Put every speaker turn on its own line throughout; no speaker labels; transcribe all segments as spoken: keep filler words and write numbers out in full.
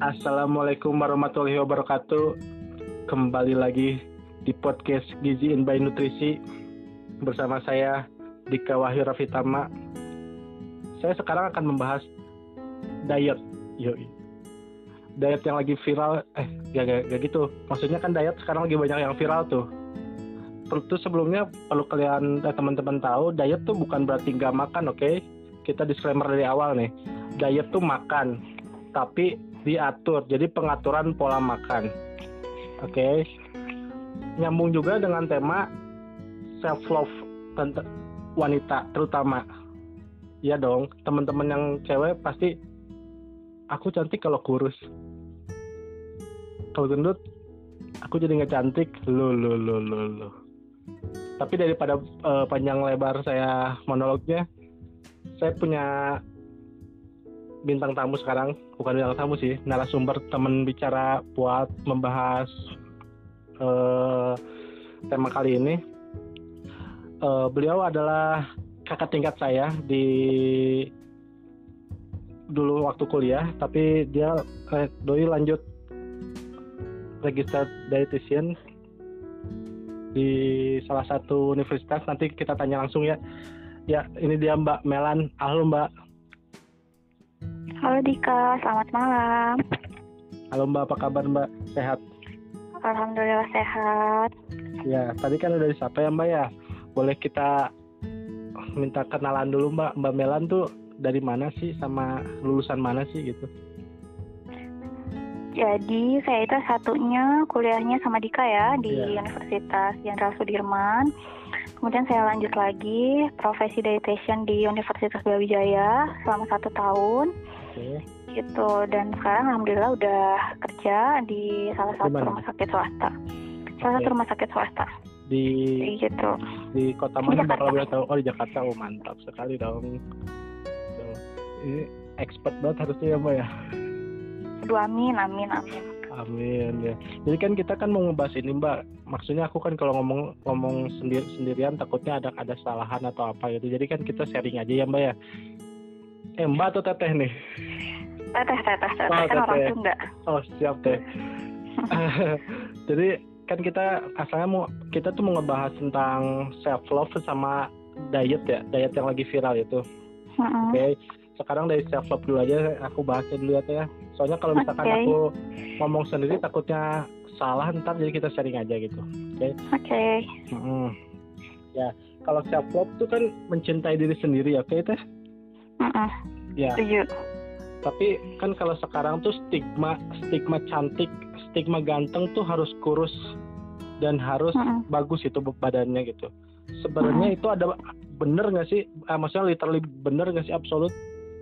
Assalamualaikum warahmatullahi wabarakatuh. Kembali lagi di podcast Gizi in by Nutrisi bersama saya Dika Wahyu Rafitama. Saya sekarang akan membahas diet. Yoi. Diet yang lagi viral, eh gak, gak, gak gitu. Maksudnya kan diet sekarang lagi banyak yang viral tuh. Terus sebelumnya perlu kalian eh, teman-teman tahu, diet tuh bukan berarti gak makan, oke? Okay? Kita disclaimer dari awal nih. Diet tuh makan, tapi diatur. Jadi pengaturan pola makan. Oke. Okay? Nyambung juga dengan tema self love tentang wanita terutama. Iya dong, teman-teman yang cewek pasti aku cantik kalau kurus. Kalau gendut aku jadi nggak cantik. Lo lo lo lo lo. Tapi daripada uh, panjang lebar saya monolognya, saya punya bintang tamu sekarang, bukan bintang tamu sih, narasumber teman bicara buat membahas uh, tema kali ini. Uh, beliau adalah kakak tingkat saya di dulu waktu kuliah, tapi dia eh, doi lanjut registered dietitian di salah satu universitas. Nanti kita tanya langsung ya. Ya, ini dia Mbak Melan. Halo Mbak.
Halo Dika, selamat malam.
Halo Mbak, apa kabar Mbak? Sehat?
Alhamdulillah sehat.
Ya, tadi kan udah disapa ya Mbak ya. Boleh kita minta kenalan dulu Mbak. Mbak Melan tuh dari mana sih, sama lulusan mana sih gitu?
Jadi saya itu satunya kuliahnya sama Dika ya di
ya.
Universitas Jenderal Sudirman. Kemudian saya lanjut lagi profesi dietitian di Universitas Brawijaya selama satu tahun. Oke. Gitu, dan sekarang alhamdulillah udah kerja di salah satu Dimana? rumah sakit swasta. Salah Oke. satu rumah sakit swasta.
Di
Jadi gitu.
Di kota mana Mbak kalau boleh tahu? Oh, di Jakarta. Oh, mantap sekali dong. So, ini expert banget harusnya ya Mbak ya.
Aduh, amin, amin, amin.
Amin ya. Jadi kan kita kan mau ngebahas ini Mbak. Maksudnya aku kan kalau ngomong ngomong sendiri sendirian takutnya ada ada kesalahan atau apa gitu. Jadi kan kita sharing aja ya Mbak ya. Eh Mbak atau Teteh nih?
Teteh, teteh, teteh.
Oh,
kan
teteh.
Orang Sunda.
Oh siap Teh. Jadi kan kita asalnya mau kita tuh mau ngebahas tentang self love sama diet ya, diet yang lagi viral itu.
Mm-hmm.
Oke. Okay. Sekarang dari self love dulu aja, aku bahasnya dulu ya Teh ya. Soalnya kalau misalkan okay. aku ngomong sendiri takutnya salah, ntar jadi kita sharing aja gitu. Oke. Okay?
Oke. Okay.
Mm-hmm. Ya, kalau self love tuh kan mencintai diri sendiri, oke okay, Teh?
Mm-hmm.
Ya.
Setuju.
Tapi kan kalau sekarang tuh stigma stigma cantik, stigma ganteng tuh harus kurus dan harus mm-hmm. bagus itu badannya gitu. Sebenarnya mm-hmm. itu ada bener nggak sih? Eh, maksudnya literally bener nggak sih, absolut?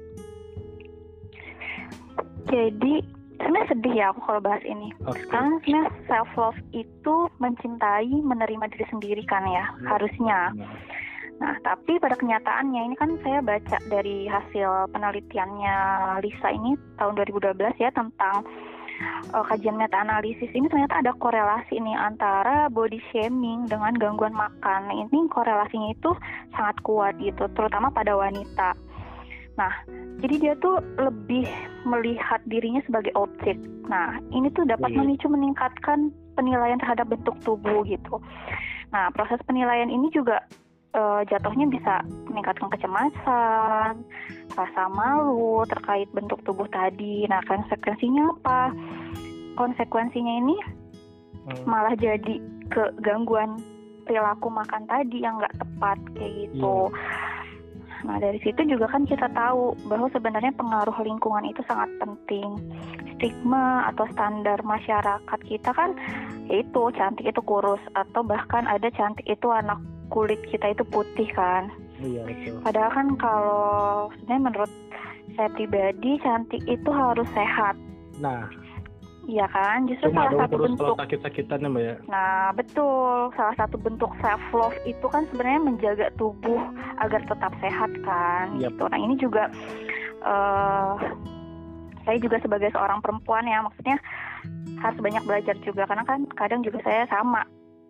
Jadi sebenarnya sedih ya aku kalau bahas ini. Okay. Karena sebenarnya self love itu mencintai, menerima diri sendiri kan ya, hmm. harusnya. Hmm. Nah, tapi pada kenyataannya ini kan saya baca dari hasil penelitiannya Lisa ini tahun dua ribu dua belas ya tentang uh, kajian meta-analisis ini, ternyata ada korelasi nih antara body shaming dengan gangguan makan. Nah, ini korelasinya itu sangat kuat gitu, terutama pada wanita. Nah, jadi dia tuh lebih melihat dirinya sebagai objek. Nah, ini tuh dapat hmm. memicu meningkatkan penilaian terhadap bentuk tubuh gitu. Nah, proses penilaian ini juga uh, jatuhnya bisa meningkatkan kecemasan, rasa malu terkait bentuk tubuh tadi. Nah, konsekuensinya apa? Konsekuensinya ini hmm. malah jadi ke gangguan perilaku makan tadi yang nggak tepat kayak gitu. Yeah. Nah, dari situ juga kan kita tahu bahwa sebenarnya pengaruh lingkungan itu sangat penting. Stigma atau standar masyarakat kita kan yaitu cantik itu kurus, atau bahkan ada cantik itu warna kulit kita itu putih kan.
Iya, betul.
Padahal kan kalau sebenarnya menurut saya pribadi cantik itu harus sehat.
Nah,
iya kan, justru
cuma
salah satu bentuk
sakit-sakitan ya Mbak ya.
Nah betul, salah satu bentuk self love itu kan sebenarnya menjaga tubuh agar tetap sehat kan. Yep. Gitu. Nah ini juga uh, saya juga sebagai seorang perempuan ya, maksudnya harus banyak belajar juga, karena kan kadang juga saya sama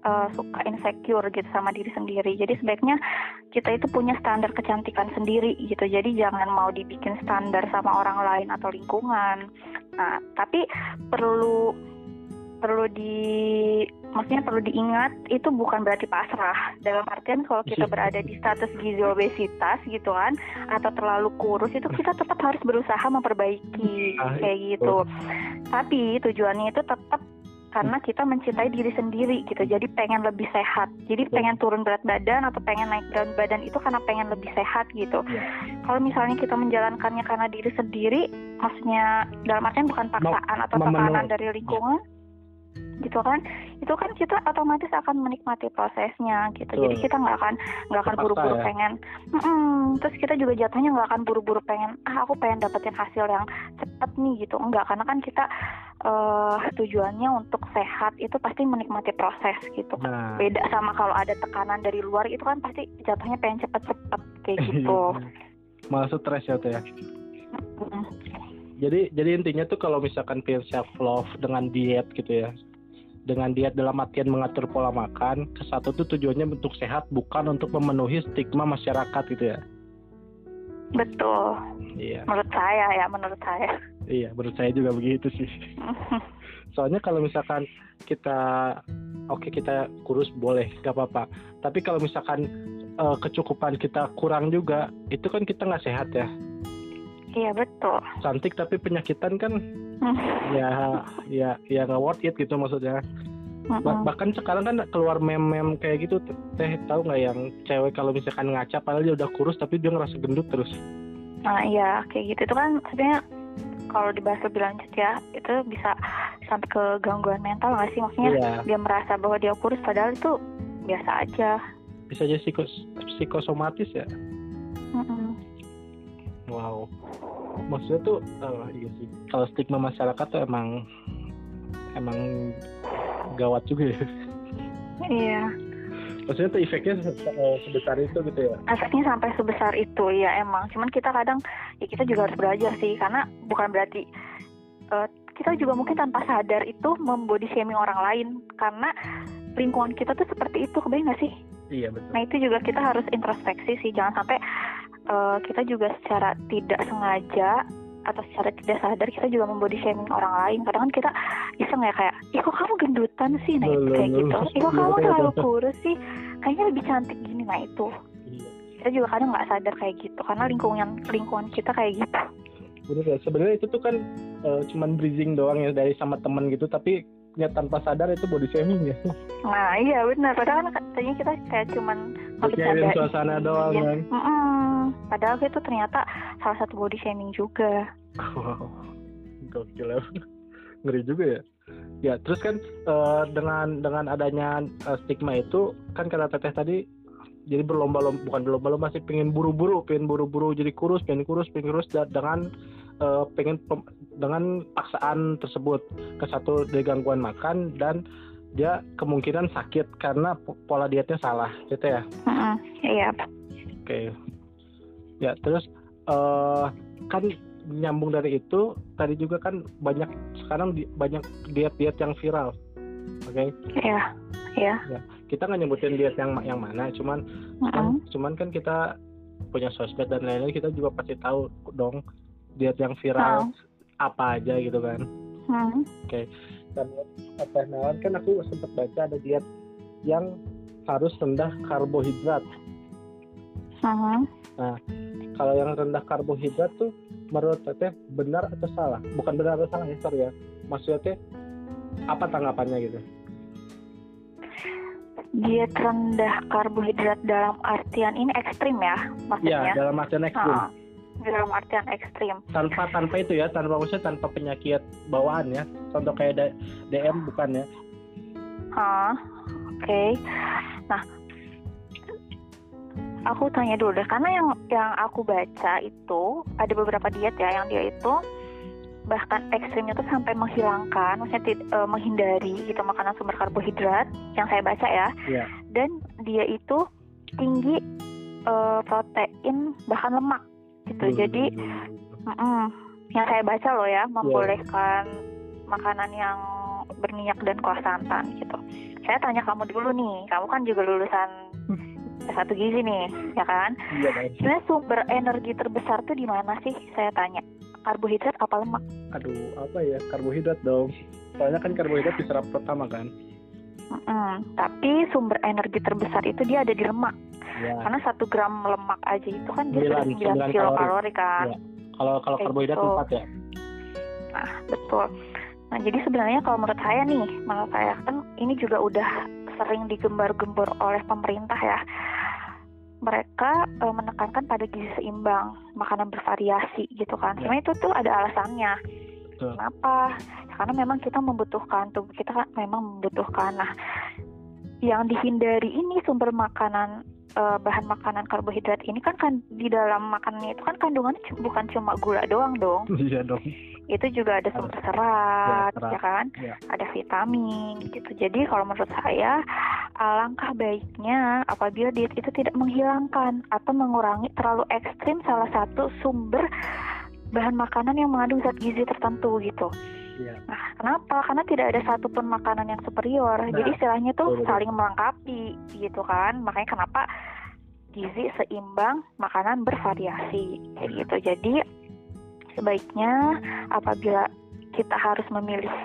uh, suka insecure gitu sama diri sendiri. Jadi sebaiknya kita itu punya standar kecantikan sendiri gitu. Jadi jangan mau dibikin standar sama orang lain atau lingkungan. Nah, tapi perlu perlu di maksudnya perlu diingat itu bukan berarti pasrah. Dalam artian kalau kita berada di status gizi obesitas gitu kan, atau terlalu kurus, itu kita tetap harus berusaha memperbaiki kayak gitu. Tapi tujuannya itu tetap karena kita mencintai diri sendiri gitu. Jadi pengen lebih sehat. Jadi pengen turun berat badan atau pengen naik berat badan itu karena pengen lebih sehat gitu. Kalau misalnya kita menjalankannya karena diri sendiri, maksudnya dalam artian bukan paksaan atau tekanan dari lingkungan gitu kan, itu kan kita otomatis akan menikmati prosesnya gitu. Betul. Jadi kita nggak akan nggak akan buru-buru ya? pengen mm-mm. Terus kita juga jatuhnya nggak akan buru-buru pengen ah aku pengen dapetin hasil yang cepat nih gitu, enggak, karena kan kita uh, tujuannya untuk sehat itu pasti menikmati proses gitu. Nah. Beda sama kalau ada tekanan dari luar itu kan pasti jatuhnya pengen cepet-cepet kayak gitu.
Malah stres ya tuh ya. Mm-hmm. Jadi jadi intinya tuh kalau misalkan pengen self love dengan diet gitu ya. Dengan diet dalam artian mengatur pola makan, ke satu tuh tujuannya untuk sehat, bukan untuk memenuhi stigma masyarakat gitu ya.
Betul.
Iya.
Menurut saya ya, menurut saya.
Iya, menurut saya juga begitu sih. Soalnya kalau misalkan kita oke okay, kita kurus boleh, gak apa-apa. Tapi kalau misalkan uh, kecukupan kita kurang juga, itu kan kita nggak sehat ya.
Iya betul.
Cantik tapi penyakitan kan ya ya ya nggak worth it gitu maksudnya. Bah- bahkan sekarang kan keluar meme-meme kayak gitu, teh tahu nggak yang cewek kalau misalkan ngaca padahal dia udah kurus tapi dia ngerasa gendut terus.
Nah iya kayak gitu itu kan sebenarnya kalau dibahas lebih lanjut ya itu bisa sampai ke gangguan mental nggak sih, maksudnya yeah. Dia merasa bahwa dia kurus padahal itu biasa aja. Bisa
aja psikos psikosomatis ya.
Mm-mm.
Wow, maksudnya tuh uh, iya sih. Kalau stigma masyarakat tuh emang emang gawat juga ya.
Iya.
Maksudnya tuh efeknya sebesar itu gitu ya.
Efeknya sampai sebesar itu ya emang. Cuman kita kadang ya kita juga harus belajar sih, karena bukan berarti uh, kita juga mungkin tanpa sadar itu membody shaming orang lain karena lingkungan kita tuh seperti itu, kebayang nggak sih?
Iya betul.
Nah itu juga kita harus introspeksi sih, jangan sampai uh, kita juga secara tidak sengaja atau secara tidak sadar kita juga membody shaming orang lain. Kadang kan kita iseng ya kayak, ih kok kamu gendutan sih, nah itu kayak gitu. Ih kok kamu terlalu kurus sih, kayaknya lebih cantik gini, nah itu. Iya. Kita juga kadang nggak sadar kayak gitu karena lingkungan lingkungan kita kayak gitu.
Bener ya, sebenarnya itu tuh kan uh, cuman breathing doang ya dari sama teman gitu, tapi ya tanpa sadar itu body shaming ya.
Nah iya benar, padahal kan katanya kita kayak cuman
ngeliatin suasana doang ya. Kan.
Padahal itu ternyata salah satu body shaming juga.
Wow, gokil ya. Ngeri juga ya. Ya terus kan uh, dengan dengan adanya uh, stigma itu kan kata teteh tadi, jadi berlomba-lomba, bukan berlomba-lomba sih, pengen buru-buru, pengen buru-buru jadi kurus, pengen kurus, pengen kurus dengan uh, pengen pem, dengan paksaan tersebut. Ke satu dari gangguan makan dan dia kemungkinan sakit karena pola dietnya salah, gitu ya?
Uh-uh, iya.
Oke. Okay. Ya terus uh, kan nyambung dari itu tadi juga kan banyak sekarang di, banyak diet-diet yang viral, oke? Okay?
Iya. Iya.
Ya, kita nggak nyebutin diet yang yang mana, cuman uh-uh. kan, cuman kan kita punya sosmed dan lain-lain, kita juga pasti tahu dong diet yang viral uh. apa aja gitu kan. Uh. Oke. Okay. Dan apa namanya kan aku sempat baca ada diet yang harus rendah karbohidrat.
Uh.
Nah, kalau yang rendah karbohidrat tuh menurut teteh benar atau salah? Bukan benar atau salah ya, sorry ya. Maksudnya teh apa tanggapannya gitu?
Diet rendah karbohidrat dalam artian ini ekstrim ya maksudnya?
Iya, dalam artian ekstrim.
Uh, dalam artian ekstrim.
Tanpa tanpa itu ya, tanpa maksudnya tanpa penyakit bawaan ya. Contoh kayak D- DM bukan ya?
Ah, oke. Okay. Nah, aku tanya dulu deh, karena yang yang aku baca itu ada beberapa diet ya yang dia itu bahkan ekstrimnya tuh sampai menghilangkan, maksudnya tid, uh, menghindari gitu makanan sumber karbohidrat yang saya baca ya. Yeah. Dan dia itu tinggi uh, protein bahkan lemak gitu. Hmm. Jadi mm-mm, yang saya baca loh ya, membolehkan yeah. makanan yang berminyak dan kuah santan gitu. saya tanya kamu dulu nih, kamu kan juga lulusan S satu gizi nih, ya kan?
Iya kan.
Sebenarnya sumber energi terbesar tuh di mana sih? Saya tanya. Karbohidrat apa lemak?
Aduh, apa ya? Karbohidrat dong. Soalnya kan karbohidrat diserap pertama kan.
Mm-mm. Tapi sumber energi terbesar itu dia ada di lemak. Ya. Karena satu gram lemak aja itu kan dia sudah sembilan kilokalori kan. Ya.
Kalau kalau karbohidrat
gitu.
empat ya.
Nah, betul. Nah, jadi sebenarnya kalau menurut saya nih, menurut saya kan ini juga udah sering digembar-gembor oleh pemerintah ya. Mereka e, menekankan pada gizi seimbang, makanan bervariasi gitu kan. Sebenarnya ya. Itu tuh ada alasannya. Betul. Kenapa? Ya, karena memang kita membutuhkan, tubuh kita kan memang membutuhkan. Nah, yang dihindari ini sumber makanan, e, bahan makanan karbohidrat ini kan, kan di dalam makanannya itu kan kandungannya c- bukan cuma gula doang dong.
Iya dong.
Itu juga ada sumber serat, ya, serat. ya kan, ya. Ada vitamin gitu. Jadi kalau menurut saya alangkah baiknya apabila diet itu tidak menghilangkan atau mengurangi terlalu ekstrim salah satu sumber bahan makanan yang mengandung zat gizi tertentu gitu. Ya. Nah, kenapa? Karena tidak ada satupun makanan yang superior. Nah, jadi istilahnya tuh betul, saling melengkapi gitu kan. Makanya kenapa gizi seimbang, makanan bervariasi kayak gitu. Jadi sebaiknya apabila kita harus memilih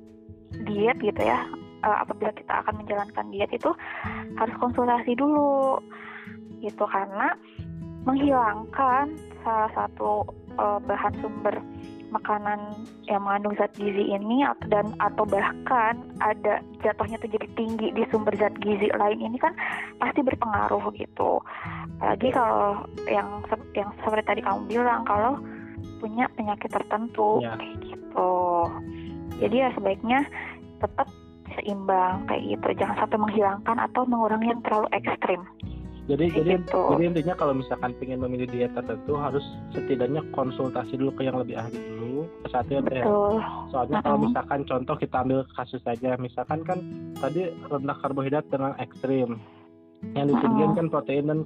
diet gitu ya, uh, apabila kita akan menjalankan diet itu harus konsultasi dulu gitu, karena menghilangkan salah satu uh, bahan sumber makanan yang mengandung zat gizi ini atau dan atau bahkan ada jatuhnya tuh jadi tinggi di sumber zat gizi lain ini kan pasti berpengaruh gitu. Apalagi kalau yang yang seperti tadi kamu bilang kalau punya penyakit tertentu ya. Kayak gitu. Jadi ya sebaiknya tetap seimbang kayak gitu. Jangan sampai menghilangkan atau mengurangi yang terlalu ekstrim.
Jadi jadi, gitu. jadi intinya kalau misalkan ingin memilih diet tertentu harus setidaknya konsultasi dulu ke yang lebih ahli dulu. Satu ya. Soalnya uh-huh. kalau misalkan contoh kita ambil kasus saja, misalkan kan tadi rendah karbohidrat dengan ekstrim. Yang ditinggiin uh-huh. kan protein dan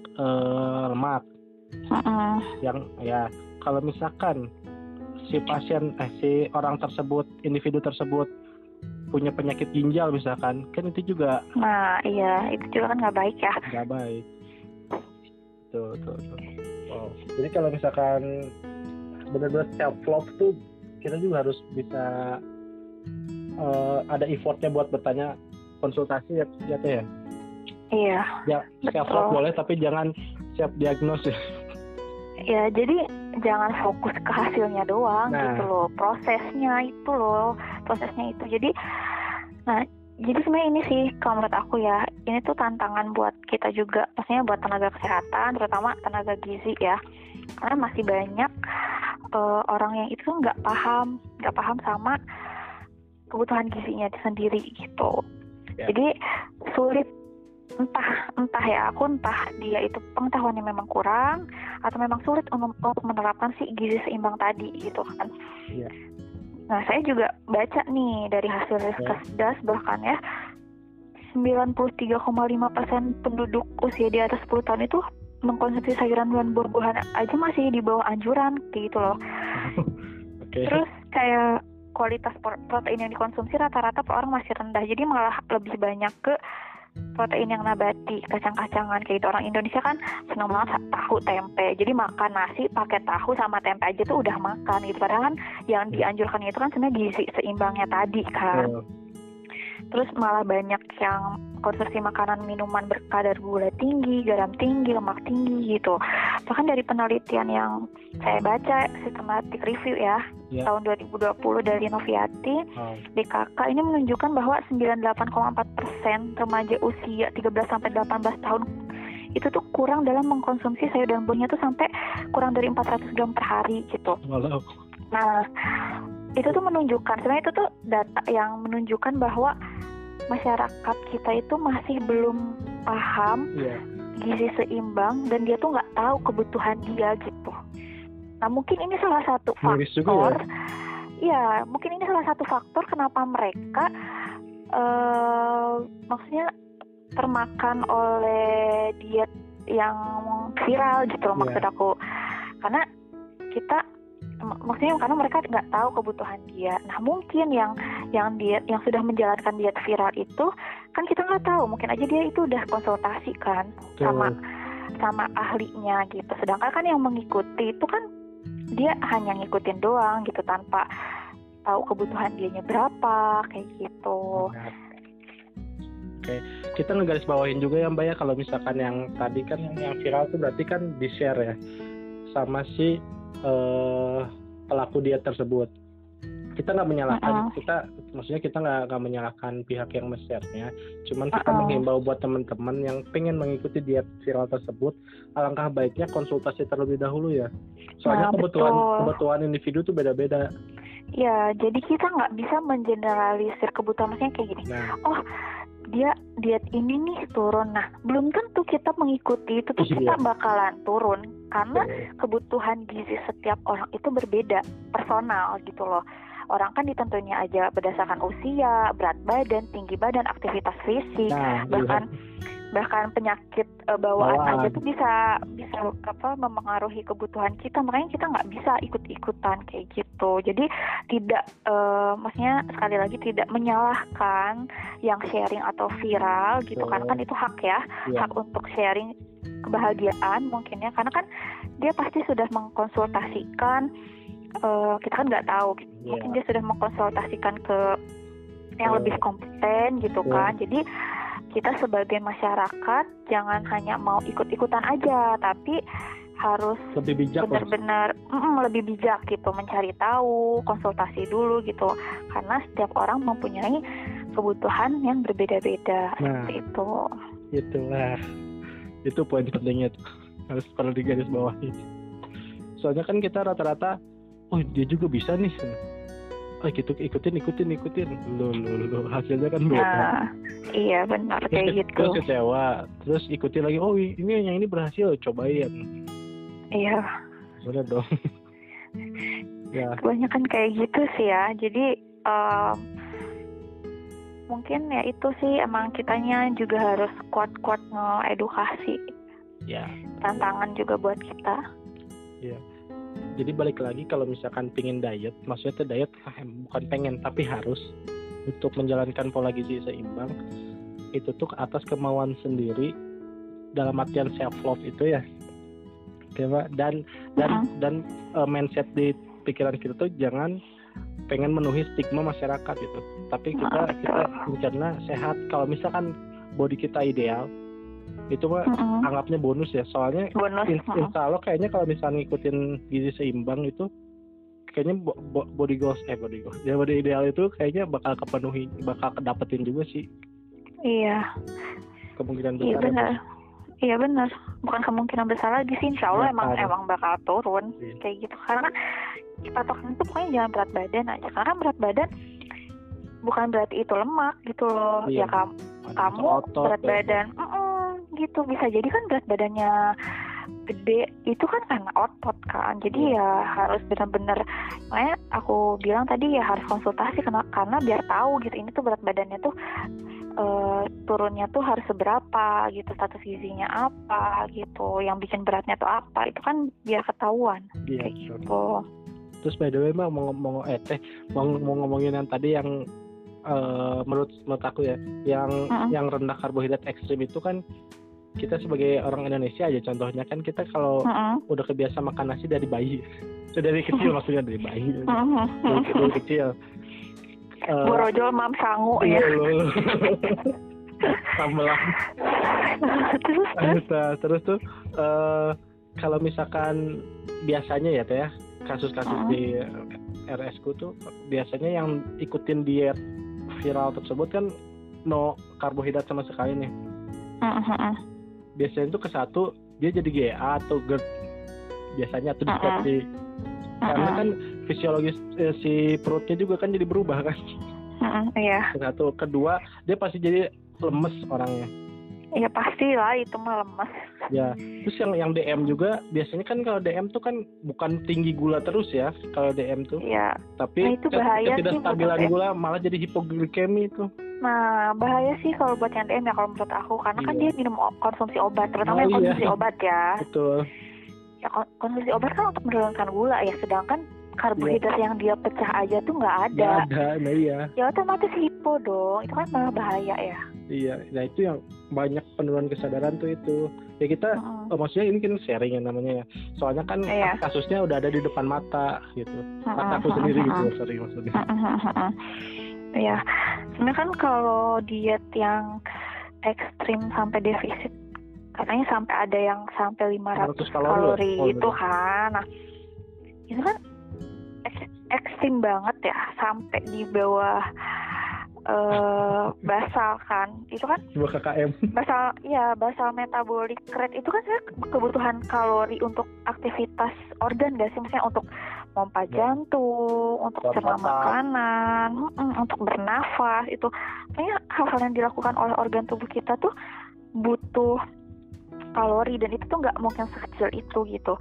uh, lemak. Uh-huh. Yang ya kalau misalkan si pasien eh si orang tersebut, individu tersebut punya penyakit ginjal misalkan, kan itu juga.
Nah iya, itu juga kan nggak baik ya.
Nggak baik. Tuh tuh tuh. Oh. Jadi kalau misalkan benar-benar self love tuh kita juga harus bisa uh, ada effortnya buat bertanya, konsultasi ya, ya teh ya.
Iya.
Ya self love boleh tapi jangan siap diagnosis.
Ya jadi jangan fokus ke hasilnya doang nah. gitu loh, prosesnya itu loh, prosesnya itu. Jadi, nah, jadi sebenarnya ini sih kalau menurut aku ya, ini tuh tantangan buat kita juga, maksudnya buat tenaga kesehatan, terutama tenaga gizi ya, karena masih banyak uh, orang yang itu nggak paham, nggak paham sama kebutuhan gizinya sendiri gitu. Ya. Jadi sulit. Entah entah ya aku entah dia itu pengetahuannya memang kurang atau memang sulit untuk, untuk menerapkan si gizi seimbang tadi gitu kan. Iya. Nah saya juga baca nih dari hasil Riskesdas bahkan ya sembilan puluh tiga koma lima persen penduduk usia di atas sepuluh tahun itu mengkonsumsi sayuran dan buah-buahan aja masih di bawah anjuran gitu loh. Okay. Terus kayak kualitas protein yang dikonsumsi rata-rata per orang masih rendah, jadi malah lebih banyak ke protein yang nabati, kacang-kacangan kayak gitu. Orang Indonesia kan senang banget tahu tempe, jadi makan nasi pakai tahu sama tempe aja tuh udah makan gitu. Padahal kan yang dianjurkan itu kan sebenarnya gizi seimbangnya tadi kan. Oh. Terus malah banyak yang konsumsi makanan minuman berkadar gula tinggi, garam tinggi, lemak tinggi gitu. Bahkan dari penelitian yang saya baca, sistematik review ya, yeah. tahun dua ribu dua puluh dari Noviati, oh. D K K ini menunjukkan bahwa sembilan puluh delapan koma empat persen remaja usia tiga belas sampai delapan belas tahun itu tuh kurang dalam mengkonsumsi sayur dan buahnya tuh sampai kurang dari empat ratus gram per hari gitu.
Walau.
Nah, itu tuh menunjukkan, sebenarnya itu tuh data yang menunjukkan bahwa masyarakat kita itu masih belum paham yeah. gizi seimbang dan dia tuh nggak tahu kebutuhan dia gitu. Nah mungkin ini salah satu faktor, ya. ya mungkin ini salah satu faktor kenapa mereka uh, maksudnya termakan oleh diet yang viral gitu loh yeah. maksud aku. Karena kita maksudnya karena mereka nggak tahu kebutuhan dia. Nah mungkin yang yang dia yang sudah menjalankan diet viral itu kan kita nggak tahu, mungkin aja dia itu udah konsultasi kan sama sama ahlinya gitu. Sedangkan kan yang mengikuti itu kan dia hanya ngikutin doang gitu tanpa tahu kebutuhan dianya berapa kayak gitu.
Benar. Oke, kita ngegaris bawahin juga ya Mbak ya, kalau misalkan yang tadi kan yang, yang viral itu berarti kan di share ya sama si uh, pelaku diet tersebut. Kita nggak menyalahkan, uh-uh. kita maksudnya kita nggak nggak menyalahkan pihak yang men-share-nya, cuman kita uh-uh. menghimbau buat teman-teman yang pengen mengikuti diet viral tersebut, alangkah baiknya konsultasi terlebih dahulu ya. Soalnya nah, kebutuhan betul. kebutuhan individu tuh beda-beda.
Ya, jadi kita nggak bisa mengeneralisir kebutuhan, maksudnya kayak gini. Nah. Oh, dia diet ini nih turun. Nah, belum tentu kita mengikuti itu tuh kita bakalan turun karena kebutuhan gizi setiap orang itu berbeda, personal gitu loh. Orang kan ditentunya aja berdasarkan usia, berat badan, tinggi badan, aktivitas fisik, nah, bahkan iya. bahkan penyakit e, bawaan, bawaan aja tuh bisa bisa apa memengaruhi kebutuhan kita. Makanya kita nggak bisa ikut-ikutan kayak gitu. Jadi tidak e, maksudnya sekali lagi tidak menyalahkan yang sharing atau viral gitu, karena kan itu hak ya, yeah. hak untuk sharing kebahagiaan mungkin ya, karena kan dia pasti sudah mengkonsultasikan. Uh, kita kan nggak tahu, yeah. mungkin dia sudah mengkonsultasikan ke yang yeah. lebih kompeten gitu yeah. kan. Jadi kita sebagai masyarakat jangan hanya mau ikut-ikutan aja, tapi harus
lebih bijak,
benar-benar mm, lebih bijak gitu, mencari tahu, konsultasi dulu gitu, karena setiap orang mempunyai kebutuhan yang berbeda-beda.
Nah,
seperti itu.
Itulah, itu poin pentingnya tuh, harus perlu digaris bawahi. Soalnya kan kita rata-rata oh dia juga bisa nih, oh gitu ikutin ikutin ikutin, lo lo lo hasilnya kan beda.
Nah, iya benar kayak gitu.
Terus kecewa, terus ikutin lagi, oh ini yang ini berhasil, cobain.
Iya.
Bener dong. Ya.
Kebanyakan kayak gitu sih ya. Jadi um, mungkin ya itu sih emang kitanya juga harus kuat-kuat nge-edukasi.
Ya.
Tantangan juga buat kita.
Iya. Jadi balik lagi kalau misalkan pengen diet, maksudnya tuh diet bukan pengen tapi harus untuk menjalankan pola gizi seimbang, itu tuh atas kemauan sendiri dalam artian self love itu ya, Oke, dan dan uh-huh. dan uh, mindset di pikiran kita tuh jangan pengen memenuhi stigma masyarakat gitu, tapi kita uh-huh. kita rencana sehat. Kalau misalkan body kita ideal, itu mah uh-uh. anggapnya bonus ya, soalnya
bonus,
in, uh-uh. insya Allah kayaknya kalau misalnya ngikutin gizi seimbang itu kayaknya bo, bo, body goals eh body goals ya body ideal itu kayaknya bakal kepenuhi, bakal kedapetin juga sih.
Iya,
kemungkinan besar.
Iya benar, iya benar, bukan kemungkinan besar lagi sih, insya Allah ya, emang kan. emang bakal turun iya. kayak gitu, karena patokan itu pokoknya jangan berat badan aja, karena berat badan bukan berarti itu lemak gitu loh. Iya. Ya kamu kamu otot, berat ya. badan gitu, bisa jadi kan berat badannya gede itu kan karena otot kan, jadi ya harus benar-benar, makanya aku bilang tadi ya harus konsultasi karena, karena biar tahu gitu ini tuh berat badannya tuh uh, turunnya tuh harus seberapa gitu, status gizinya apa gitu, yang bikin beratnya tuh apa, itu kan biar ketahuan.
Iya,
kayak gitu.
Terus by the way Mbak mau ngomong eh teh mau, mau ngomongin yang tadi yang uh, menurut menurut aku ya, yang uh-uh. yang rendah karbohidrat ekstrim itu kan kita sebagai orang Indonesia aja contohnya kan, kita kalau uh-uh. udah kebiasa makan nasi dari bayi, dari kecil maksudnya dari bayi, uh-huh. dari, dari kecil.
Uh, Borojol mam sangu
iya,
ya.
Sambelang. terus terus, terus tuh uh, kalau misalkan biasanya ya teh ya, kasus-kasus uh-huh. di R S ku tuh biasanya yang ikutin diet viral tersebut kan no karbohidrat sama sekali nih.
Uh-huh.
Biasanya tuh ke satu dia jadi G A atau GERD biasanya tuh
uh-uh.
di karena kan fisiologis eh, si perutnya juga kan jadi berubah kan.
Uh-uh, iya.
Satu, kedua dia pasti jadi lemes orangnya.
Iya pasti lah itu mah lemes.
Ya, terus yang yang D M juga biasanya kan kalau D M tuh kan bukan tinggi gula terus ya kalau D M tuh.
Iya.
Tapi
nah, itu bahaya
ketidakstabilan gula malah jadi hipoglikemi itu.
Nah bahaya sih kalau buat yang D M ya kalau menurut aku, karena iya. kan dia minum konsumsi obat, terutama
oh,
yang konsumsi
iya.
obat ya.
Betul.
Ya konsumsi obat kan untuk menurunkan gula ya, sedangkan karbohidrat yeah. yang dia pecah aja tuh nggak ada.
Nggak ada, nah iya.
Ya otomatis hipo dong, itu kan malah bahaya ya.
Iya, nah itu yang banyak penurunan kesadaran tuh itu. Ya kita, uh-uh. oh, maksudnya ini kan sharing yang namanya ya. Soalnya kan yeah. kasusnya udah ada di depan mata gitu. Uh-uh. Mata aku sendiri uh-uh. gitu, sorry maksudnya.
Uh-uh. Iya, sebenarnya kan kalau diet yang ekstrim sampai defisit, katanya sampai ada yang sampai lima ratus kalori oh, itu kan. Nah, itu kan ek- ekstrim banget ya, sampai di bawah Uh, basal kan, itu kan
dua K K M.
Basal, ya basal metabolic rate itu kan sebenarnya kebutuhan kalori untuk aktivitas organ gak sih, maksudnya untuk pompa jantung, ya. Untuk cerna makanan, hmm, untuk bernafas, itu kayaknya hal-hal yang dilakukan oleh organ tubuh kita tuh butuh kalori dan itu tuh nggak mungkin sekecil itu gitu.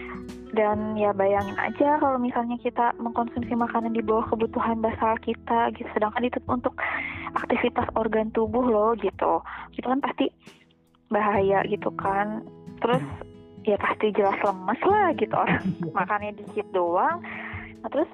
Dan ya bayangin aja kalau misalnya kita mengkonsumsi makanan di bawah kebutuhan basal kita gitu, sedangkan itu untuk aktivitas organ tubuh loh gitu, itu kan pasti bahaya gitu kan. Terus ya pasti jelas lemes lah gitu orang makannya dikit doang. Nah terus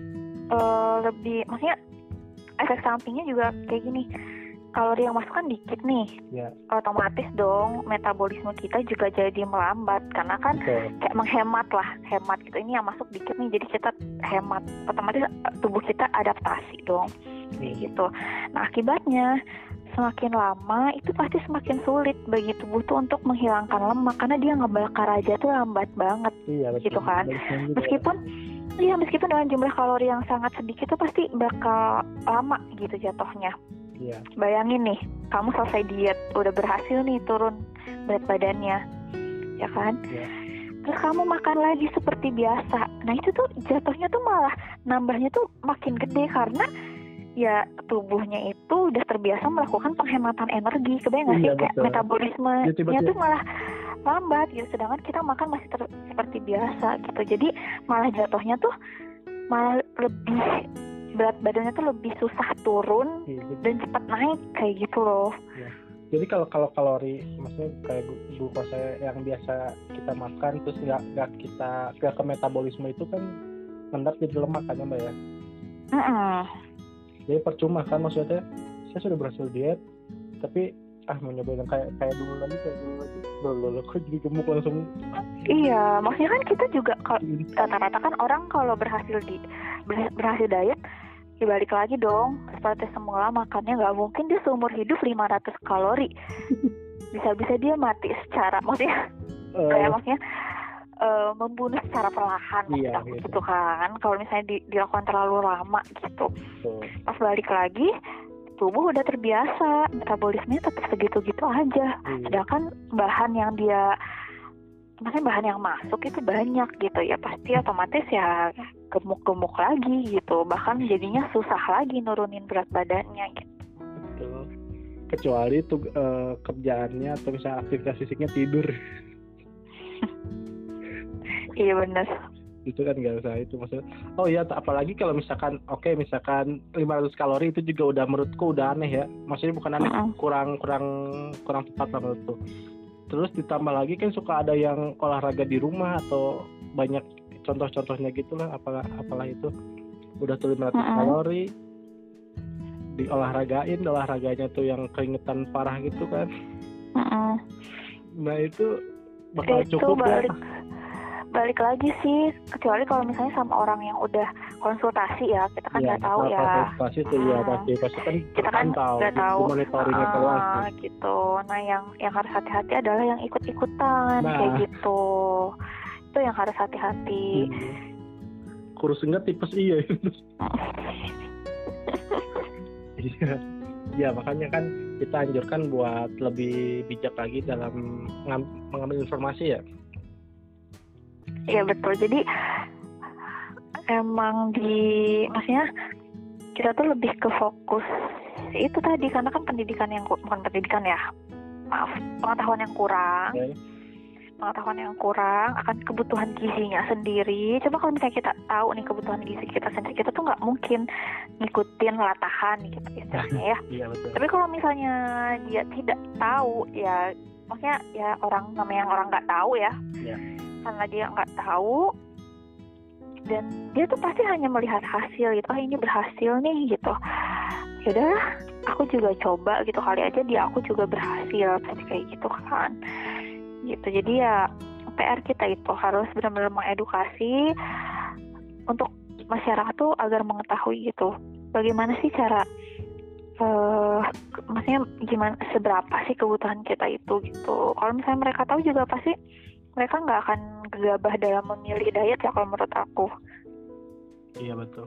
uh, lebih maksudnya efek sampingnya juga kayak gini, kalori yang masuk kan dikit nih, yeah. otomatis dong metabolisme kita juga jadi melambat karena kan okay. kayak menghemat lah, hemat gitu. Ini yang masuk dikit nih, jadi kita hemat, otomatis tubuh kita adaptasi dong, kayak gitu. Nah akibatnya semakin lama itu pasti semakin sulit bagi tubuh tuh untuk menghilangkan lemak karena dia ngebakar aja tuh lambat banget, yeah, gitu kan. Meskipun Iya meskipun dengan jumlah kalori yang sangat sedikit tuh pasti bakal lama gitu jatuhnya. Yeah. Bayangin nih, kamu selesai diet, udah berhasil nih turun berat badannya, ya kan? Yeah. Terus kamu makan lagi seperti biasa. Nah itu tuh jatuhnya tuh malah nambahnya tuh makin gede karena ya tubuhnya itu udah terbiasa melakukan penghematan energi. Kebayang nggak sih yeah, kayak metabolismenya tuh malah lambat gitu. Sedangkan kita makan masih ter- seperti biasa gitu. Jadi malah jatuhnya tuh malah lebih berat badannya tuh lebih susah turun ya, dan cepat naik kayak gitu loh. Ya. Jadi
kalau kalau kalori, maksudnya kayak glukosa yang biasa kita makan terus nggak nggak kita nggak ke metabolisme itu kan mendapat jadi lemak kan ya mbak ya.
Uh-uh.
Jadi percuma kan, maksudnya saya sudah berhasil diet tapi ah mau nyobain kayak kayak dulu lagi kayak dulu lagi dulu kok jadi gemuk langsung. Iya, maksudnya kan kita juga rata-rata kan orang kalau berhasil di berhasil diet ya balik lagi dong seperti semula makannya, nggak mungkin dia seumur hidup lima ratus kalori. Bisa-bisa dia mati secara maksudnya uh, kayak maksudnya uh, membunuh secara perlahan iya, gitu. gitu kan kalau misalnya di, dilakukan terlalu lama gitu. Uh. Pas balik lagi tubuh udah terbiasa, metabolismenya tetap segitu-gitu aja. Hmm. Sedangkan bahan yang dia, maksudnya bahan yang masuk itu banyak gitu ya, pasti otomatis ya gemuk-gemuk lagi gitu. Bahkan jadinya susah lagi nurunin berat badannya gitu. Betul. Kecuali tuh uh, kerjaannya atau misalnya aktivitas fisiknya tidur.
Iya benar.
Itu kan nggak usah itu maksudnya. Oh iya, apalagi kalau misalkan oke okay, misalkan lima ratus kalori itu juga udah menurutku udah aneh ya. Maksudnya bukan aneh, uh-uh. kurang kurang kurang tepat lah menurutku. Terus ditambah lagi kan suka ada yang olahraga di rumah atau banyak contoh-contohnya gitulah, apalah apalah itu udah tuh lima ratus uh-uh. kalori di olahragain, olahraganya tuh yang keringetan parah gitu kan.
Uh-uh.
Nah itu bakal
itu
cukup
balik.
ya.
Balik lagi sih, kecuali kalau misalnya sama orang yang udah konsultasi ya, kita kan nggak ya, tahu ya.
Konsultasi tuh hmm. ya pasti, pasti kan
kita kan nggak tahu.
Monitoringnya
uh,
terus.
Gitu. Nah yang yang harus hati-hati adalah yang ikut-ikutan nah. kayak gitu. Itu yang harus hati-hati.
Hmm. Kurus enggak tipes iya. Iya. Ya makanya kan kita anjurkan buat lebih bijak lagi dalam mengambil informasi ya.
Iya betul, jadi emang di maksudnya kita tuh lebih ke fokus itu tadi karena kan pendidikan yang bukan pendidikan ya maaf pengetahuan yang kurang okay. pengetahuan yang kurang akan kebutuhan gizinya sendiri. Coba kalau misalnya kita tahu nih kebutuhan gizi kita sendiri, kita tuh nggak mungkin ngikutin latahan gitu istilahnya ya.
Iya, betul.
Tapi kalau misalnya dia tidak tahu ya, maksudnya ya orang namanya yang orang nggak tahu ya. Yeah. Karena dia nggak tahu, dan dia tuh pasti hanya melihat hasil gitu, oh ini berhasil nih gitu. Yaudah, aku juga coba gitu, kali aja dia aku juga berhasil, pasti kayak gitu kan. Gitu. Jadi ya P R kita itu harus benar-benar mengedukasi untuk masyarakat tuh agar mengetahui gitu, bagaimana sih cara uh, maksudnya gimana, seberapa sih kebutuhan kita itu gitu. Kalau misalnya mereka tahu juga pasti mereka nggak akan gegabah dalam memilih diet ya, kalau menurut aku.
Iya betul.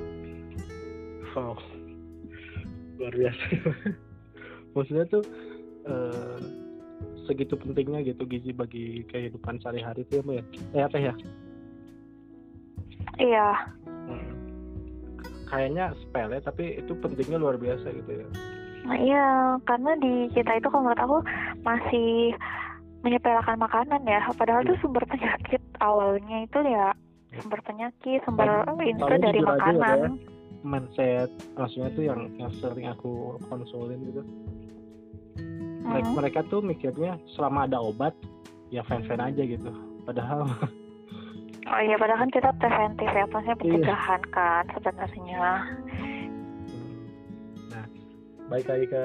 Wow, luar biasa. Maksudnya tuh uh, segitu pentingnya gitu gizi bagi kehidupan sehari-hari itu ya Bu ya? Eh apa ya?
Iya.
Hmm. Kayaknya sepele tapi itu pentingnya luar biasa gitu ya.
Nah iya, karena di kita itu kalau menurut aku masih menyepelekan makanan ya, padahal itu sumber penyakit awalnya itu ya sumber penyakit, sumber itu dari makanan.
Ya, mindset, maksudnya tuh yang yang sering aku konsulin gitu. Mereka, hmm. mereka tuh mikirnya selama ada obat ya fine-fine aja gitu. Padahal
oh iya, padahal kan kita preventif ya, maksudnya pencegahan iya. kan sebenarnya.
Nah, balik lagi ke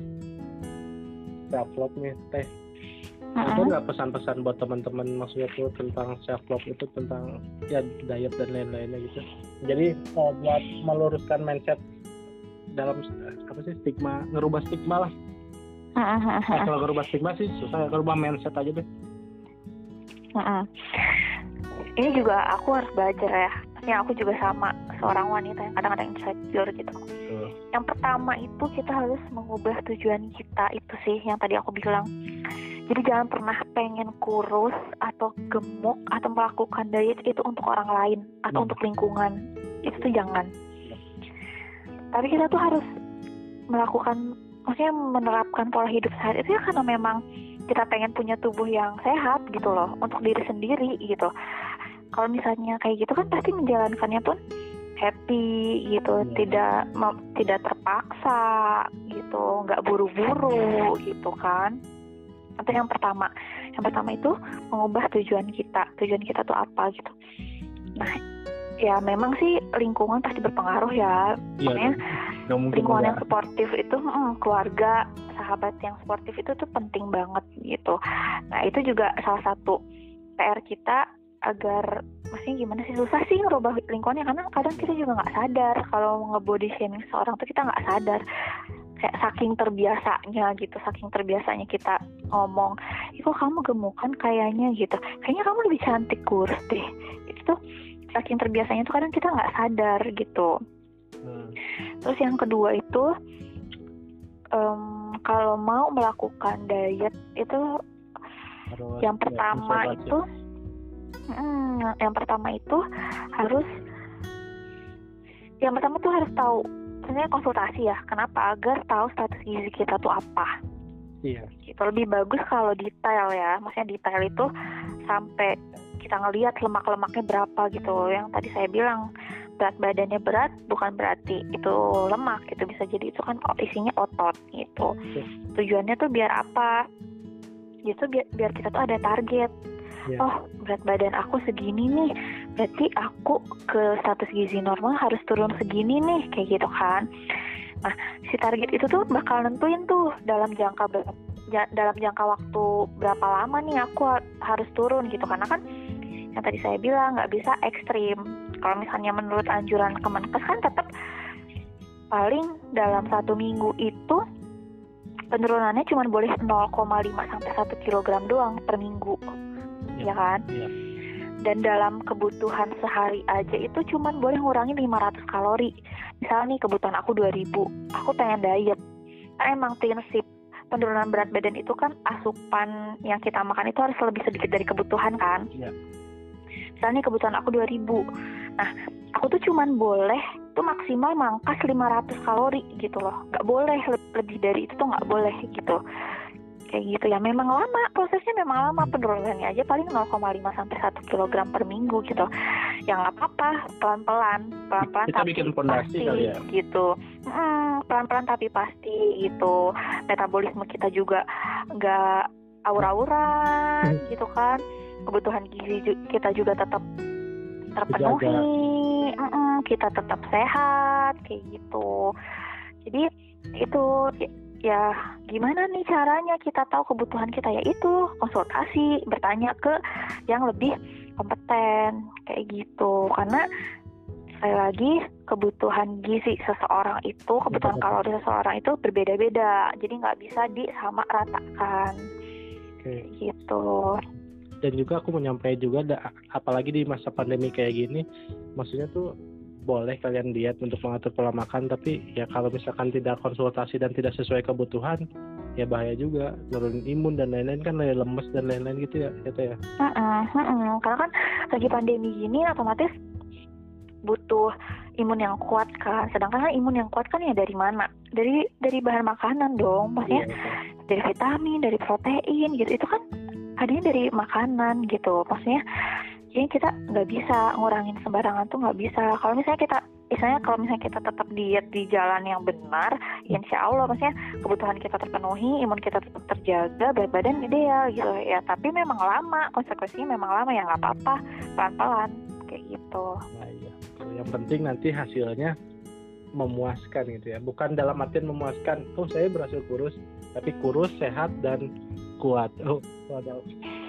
self love nih Teh. Ada nggak pesan-pesan buat teman-teman, maksudnya tuh tentang self love itu, tentang ya diet dan lain-lainnya gitu. Jadi oh, buat meluruskan mindset dalam apa sih stigma, ngerubah stigma lah. Nah, kalau ngerubah stigma sih susah, ngerubah mindset aja deh.
Ini juga aku harus belajar ya. Ya aku juga sama seorang wanita yang kadang-kadang insecure gitu. Uh. Yang pertama itu kita harus mengubah tujuan kita itu sih yang tadi aku bilang. Jadi jangan pernah pengen kurus atau gemuk atau melakukan diet itu untuk orang lain atau hmm. untuk lingkungan. Itu tuh jangan. Tapi kita tuh harus melakukan, maksudnya menerapkan pola hidup sehat itu ya karena memang kita pengen punya tubuh yang sehat gitu loh, untuk diri sendiri gitu. Kalau misalnya kayak gitu kan pasti menjalankannya pun happy gitu, hmm. tidak me- tidak terpaksa gitu, nggak buru-buru gitu kan. Itu yang pertama. Yang pertama itu mengubah tujuan kita. Tujuan kita tuh apa gitu. Nah, ya memang sih lingkungan pasti berpengaruh ya. Makanya ya, lingkungan yang suportif itu, hmm, keluarga, sahabat yang suportif itu tuh penting banget gitu. Nah, itu juga salah satu P R kita agar, maksudnya gimana sih, susah sih ngerubah lingkungannya karena kadang kita juga nggak sadar kalau nge-body shaming seorang tuh kita nggak sadar. Kayak saking terbiasanya gitu, saking terbiasanya kita ngomong, kok kamu gemukan kayaknya gitu, kayaknya kamu lebih cantik kurus deh. Itu tuh saking terbiasanya tuh kadang kita nggak sadar gitu. Hmm. Terus yang kedua itu, um, kalau mau melakukan diet itu, harus, yang pertama ya, itu, hmm, yang pertama itu harus, yang pertama tuh harus tahu. Sebenarnya konsultasi ya, kenapa? Agar tahu status gizi kita tuh apa. Iya. Gitu, lebih bagus kalau detail ya, maksudnya detail itu sampai kita ngelihat lemak-lemaknya berapa gitu. Yang tadi saya bilang berat badannya berat bukan berarti itu lemak gitu, bisa jadi itu kan isinya otot gitu. Oke. Tujuannya tuh biar apa? Gitu biar, biar kita tuh ada target. Yeah. Oh, berat badan aku segini nih, berarti aku ke status gizi normal harus turun segini nih, kayak gitu kan. Nah, si target itu tuh bakal nentuin tuh dalam jangka ber- dalam jangka waktu berapa lama nih aku harus turun gitu. Karena kan yang tadi saya bilang nggak bisa ekstrim. Kalau misalnya menurut anjuran Kemenkes kan tetap paling dalam satu minggu itu penurunannya cuma boleh nol koma lima sampai satu kilogram doang per minggu. Ya kan? Ya. Dan dalam kebutuhan sehari aja itu cuma boleh ngurangin lima ratus kalori. Misalnya nih kebutuhan aku dua ribu, aku pengen diet. Karena emang prinsip penurunan berat badan itu kan asupan yang kita makan itu harus lebih sedikit dari kebutuhan kan. Ya. Misalnya nih kebutuhan aku dua ribu. Nah, aku tuh cuma boleh tuh maksimal mangkas lima ratus kalori gitu loh. Gak boleh lebih dari itu tuh gak boleh gitu. Kayak gitu ya, memang lama, prosesnya memang lama, penurunannya aja paling nol koma lima sampai satu kilogram per minggu gitu. Yang apa-apa, pelan-pelan, pelan-pelan
kita
tapi
bikin pondasi kali ya.
Gitu. Hmm, pelan-pelan tapi pasti gitu. Metabolisme kita juga nggak aur-auran gitu kan. Kebutuhan gizi kita juga tetap terpenuhi, mm-mm, kita tetap sehat kayak gitu. Jadi itu ya gimana nih caranya kita tahu kebutuhan kita, ya itu konsultasi, bertanya ke yang lebih kompeten kayak gitu. Karena sekali lagi kebutuhan gizi seseorang itu, kebutuhan kalori seseorang itu berbeda-beda, jadi nggak bisa disamaratakan.
Oke.
Gitu.
Dan juga aku mau nyampein juga, apalagi di masa pandemi kayak gini, maksudnya tuh boleh kalian diet untuk mengatur pola makan, tapi ya kalau misalkan tidak konsultasi dan tidak sesuai kebutuhan, ya bahaya juga, nurunin imun dan lain-lain, kan lemes dan lain-lain gitu ya, gitu ya.
Uh-uh, uh-uh. Karena kan lagi pandemi gini otomatis butuh imun yang kuat kan, sedangkan kan imun yang kuat kan ya dari mana? Dari dari bahan makanan dong, maksudnya iya, dari vitamin, dari protein gitu, itu kan adanya dari makanan gitu, maksudnya jadi kita nggak bisa ngurangin sembarangan tuh nggak bisa. Kalau misalnya kita, misalnya kalau misalnya kita tetap diet di jalan yang benar, ya insya Allah maksudnya kebutuhan kita terpenuhi, imun kita tetap terjaga, berat badan ideal gitu ya. Tapi memang lama, konsekuensinya memang lama, ya nggak apa-apa, pelan-pelan kayak gitu.
Nah, iya. Yang penting nanti hasilnya memuaskan gitu ya, bukan dalam artian memuaskan, oh saya berhasil kurus, tapi kurus, sehat dan kuat. Oh, waduh.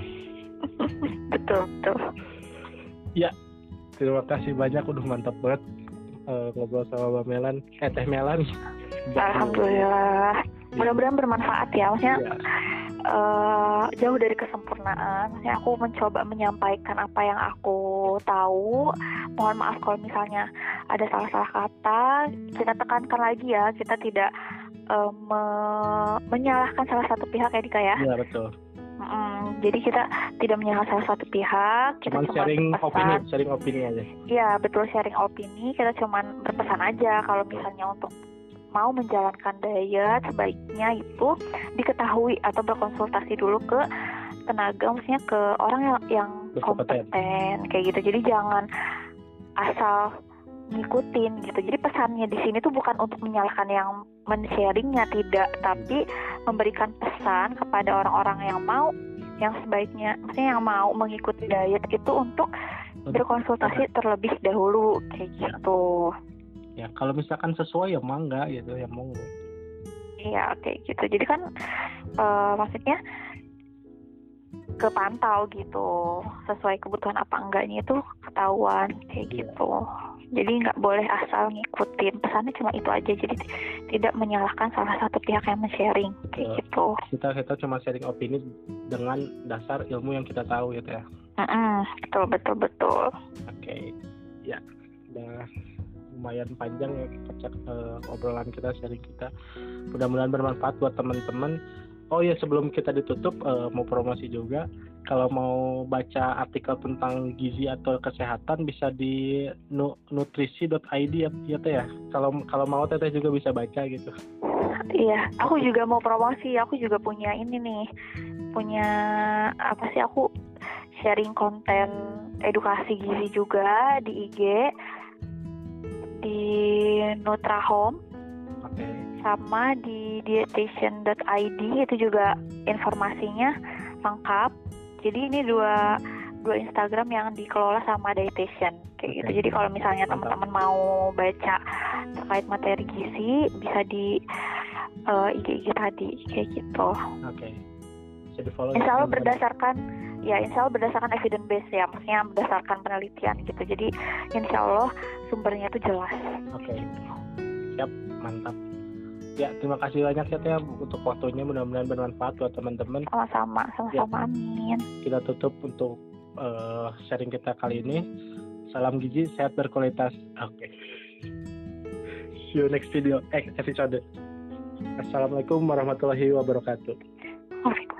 Betul betul.
Ya, terima kasih banyak, udah mantap banget uh, ngobrol sama Mbak Melan, eh Teh Melan.
Alhamdulillah. Mudah-mudahan bermanfaat ya, maksudnya ya. Uh, jauh dari kesempurnaan. Maksudnya aku mencoba menyampaikan apa yang aku tahu. Mohon maaf kalau misalnya ada salah-salah kata. Kita tekankan lagi ya, kita tidak uh, me- menyalahkan salah satu pihak ya Dika ya.
Iya betul.
Mm, jadi kita tidak menyalahkan salah satu pihak. Kita
cuman
cuma
sharing
berpesan.
opini, sharing opini aja.
Iya betul, sharing opini. Kita cuman berpesan aja kalau misalnya untuk mau menjalankan diet sebaiknya itu diketahui atau berkonsultasi dulu ke tenaga, maksudnya ke orang yang, yang kompeten kayak gitu. Jadi jangan asal ngikutin gitu. Jadi pesannya di sini tuh bukan untuk menyalahkan yang men-sharingnya, tidak, tapi memberikan pesan kepada orang-orang yang mau, yang sebaiknya, maksudnya yang mau mengikuti diet itu untuk berkonsultasi terlebih dahulu kayak gitu.
Ya kalau misalkan sesuai ya mangga gitu, ya monggo.
Iya kayak gitu. Jadi kan uh, maksudnya kepantau gitu, sesuai kebutuhan apa enggaknya itu ketahuan kayak iya. gitu. Jadi nggak boleh asal ngikutin, pesannya cuma itu aja. Jadi t- tidak menyalahkan salah satu pihak yang men-sharing kayak uh, gitu.
Kita kita cuma sharing opini dengan dasar ilmu yang kita tahu gitu ya.
Mm-mm, betul betul betul.
Oke, okay. Ya udah lumayan panjang ya kecak uh, obrolan kita, sharing kita. Mudah-mudahan bermanfaat buat teman-teman. Oh ya, sebelum kita ditutup uh, mau promosi juga. Kalau mau baca artikel tentang gizi atau kesehatan bisa di nu- nutrisi dot i d ya, ya Teh ya. Kalau kalau mau Teteh juga bisa baca gitu.
Iya, aku juga mau promosi. Aku juga punya ini nih, punya apa sih? Aku sharing konten edukasi gizi juga di I G, di Nutrahome,
okay.
sama di dietitian dot i d itu juga informasinya lengkap. Jadi ini dua dua Instagram yang dikelola sama dietitian kayak okay. gitu. Jadi kalau misalnya Mantap. teman-teman mau baca terkait materi gizi bisa di uh, I G I G tadi kayak gitu.
Oke. Okay. Bisa di-follow.
Insya Allah berdasarkan ya Insya Allah berdasarkan evidence base ya, maksudnya berdasarkan penelitian gitu. Jadi Insya Allah sumbernya itu jelas.
Oke. Okay. Siap, mantap. Ya, terima kasih banyak ya Teh untuk waktunya, mudah-mudahan bermanfaat buat teman-teman.
Sama-sama, sama-sama, ya. Amin.
Kita tutup untuk uh, sharing kita kali ini. Salam gizi, sehat berkualitas. Oke. Okay. See you next video, eh, episode. Assalamualaikum warahmatullahi wabarakatuh.
Waalaikumsalam.